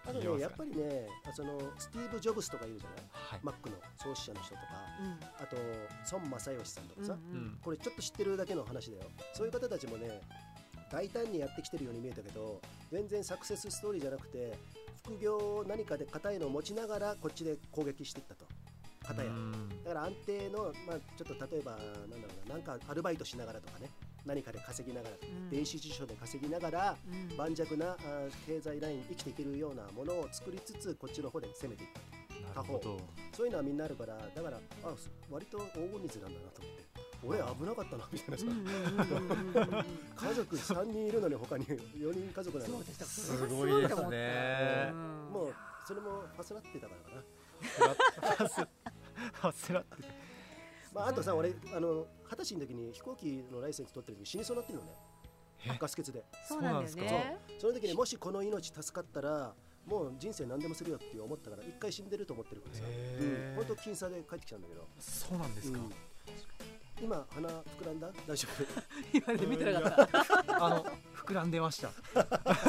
あとねやっぱりねそのスティーブ・ジョブズとかいるじゃない、はい、マックの創始者の人とか、あと孫正義さんとかさ、これちょっと知ってるだけの話だよ。そういう方たちもね大胆にやってきてるように見えたけど、全然サクセスストーリーじゃなくて副業を何かで硬いのを持ちながらこっちで攻撃していったと。片やだから安定の、ちょっと例えばなんかアルバイトしながらとかね、何かで稼ぎながら、電子辞書で稼ぎながら、盤石な経済ライン生きていけるようなものを作りつつこっちの方で攻めていったと。他方そういうのはみんなあるから、だから割と黄金水なんだなと思って。俺危なかったなみたいなさ、家族3人いるのに他に4人家族なのにすごいですね。 もうそれもファスラってたからかな。 ファスラってあとさ、俺20歳の時に飛行機のライセンス取ってる時死にそうになってるのね、ガス欠で。 そうなんですか。 その時にもしこの命助かったらもう人生何でもするよって思ったから、一回死んでると思ってるからさ、本当僅差で帰ってきたんだけど。 そうなんですか。 今鼻膨らんだ？大丈夫？ 今で見てなかった。 膨らんでました。 そう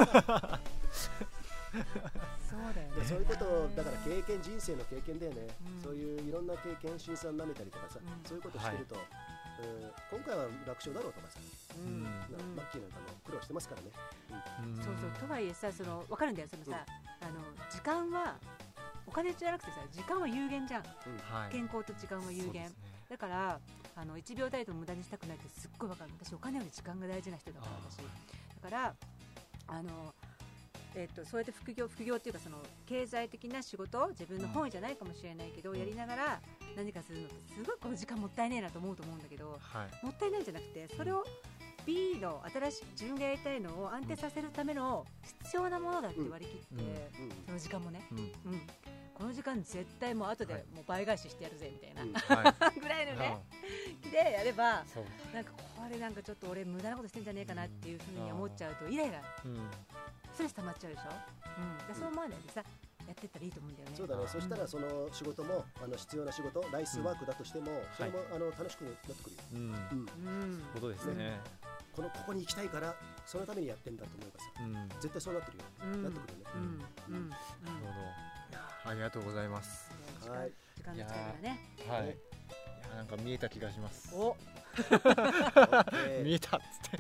だよね。 そういうことだから経験、人生の経験だよね。そういういろんな経験、辛酸舐めたりとかさ、そういうことしてると、今回は楽勝だろうとかさ、マッキーなんかも苦労してますからね。 そうそう。とはいえさ、分かるんだよ。そのさ、時間はお金じゃなくてさ、時間は有限じゃん。健康と時間は有限。だから1秒たりとも無駄にしたくないってすっごい分かる。私お金より時間が大事な人だから。私だからそうやって副業っていうか、その経済的な仕事、自分の本意じゃないかもしれないけど、やりながら何かするのってすごいこの時間もったいねえなと思うんだけど、もったいないんじゃなくて、それを B の新しい自分がやりたいのを安定させるための必要なものだって割り切って、その時間もね、この時間絶対もう後でもう倍返ししてやるぜみたいな、ぐらいのね、でやれば、なんかこれなんかちょっと俺無駄なことしてんじゃねえかなっていうふうに思っちゃうとイライラ、ストレス溜まっちゃうでしょ。でそのままでさやってったらいいと思うんだよね。 そうだね。そしたらその仕事も必要な仕事、ライスワークだとしても、それも楽しくなってくるよ。 ことですね。 ここに行きたいからそのためにやってんだと思えばさ、絶対そうなってるよ。なってくるよね。 なるほど。ありがとうございます。 はい。時間の使い方ね。 はい。いやなんか見えた気がします。 お。 見えたっつって。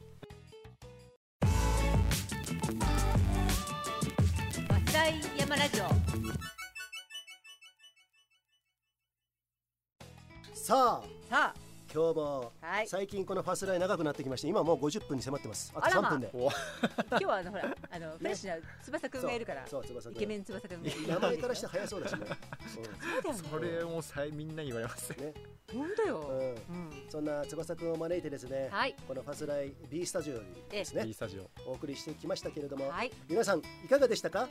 マスライ山ラジオ。 さあ。今日も最近このファスライ長くなってきまして、今もう50分に迫ってます。あと3分で。 今日はほらフレッシュな翼くんがいるから。イケメン翼くん。 名前からして早そうだしね。 それもみんなに言われますね。 本当よ。 そんな翼くんを招いてですね、このファスライ B スタジオにですね、お送りしてきましたけれども、皆さんいかがでしたか？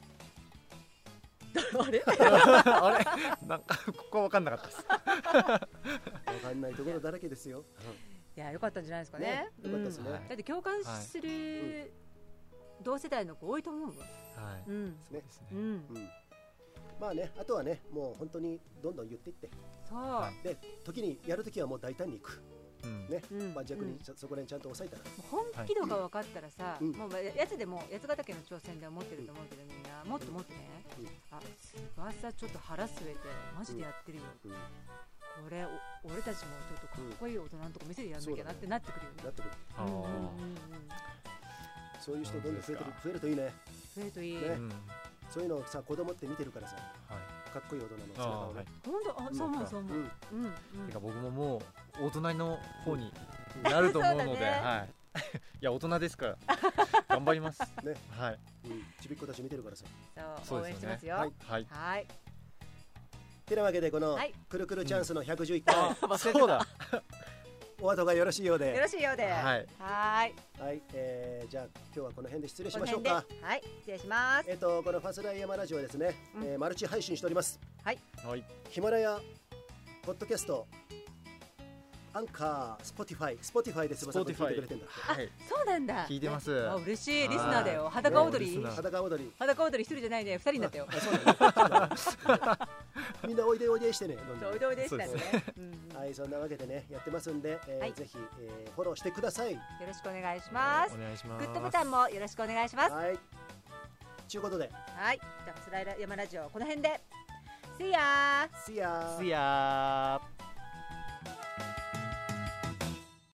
あれなんかここ分かんなかったです。 分かんないところだらけですよ。 いや、良かったんじゃないですかね。 良かったですね。 だって共感する同世代の子多いと思うわ。 ですね。まあね、あとはね、もう本当にどんどん言っていって、で時にやるときはもう大胆にいく。ね、盤石にそこら辺ちゃんと抑えたら、 本気度が分かったらさ、もうやつでも八ヶ岳の挑戦では持ってると思うけど、みんなもっともっとね、翼ちょっと腹据えてマジでやってるよ、これ俺たちもちょっとかっこいい大人のとこ見せてやんなきゃなってなってくるよね。なってくる。 そういう人どんどん増えるといいね。 増えるといい。 そういうのをさ、子供って見てるからさ、かっこいい大人の姿をね。 本当、そう思うそう思う。 てか僕ももう大人の方になると思うので、いや大人ですから頑張りますね。はい。 ちびっ子たち見てるからさ。 そう、応援してますよ。はい。 てなわけでこのくるくるチャンスの111回、 そうだ。 お後がよろしいようで。 よろしいようで。はい。 じゃあ今日はこの辺で失礼しましょうか。 はい、失礼します。 このファスライヤマラジオはですね、マルチ配信しております。 はい。 ヒマラヤ、ポッドキャスト、アンカー、スポティファイで翼くん聞いてくれてんだって。 あ、そうなんだ。 聞いてます。 嬉しい、リスナーだよ。裸踊り。 裸踊り一人じゃないね、2人になったよ。 みんなおいでおいでしてね。 おいでおいでしたね。 はい、そんなわけでねやってますんで、ぜひフォローしてください。よろしくお願いします。 お願いします。 グッドボタンもよろしくお願いします。 はい。 ちゅうことで、 はい、じゃあスライ山ラジオこの辺で See ya See ya See ya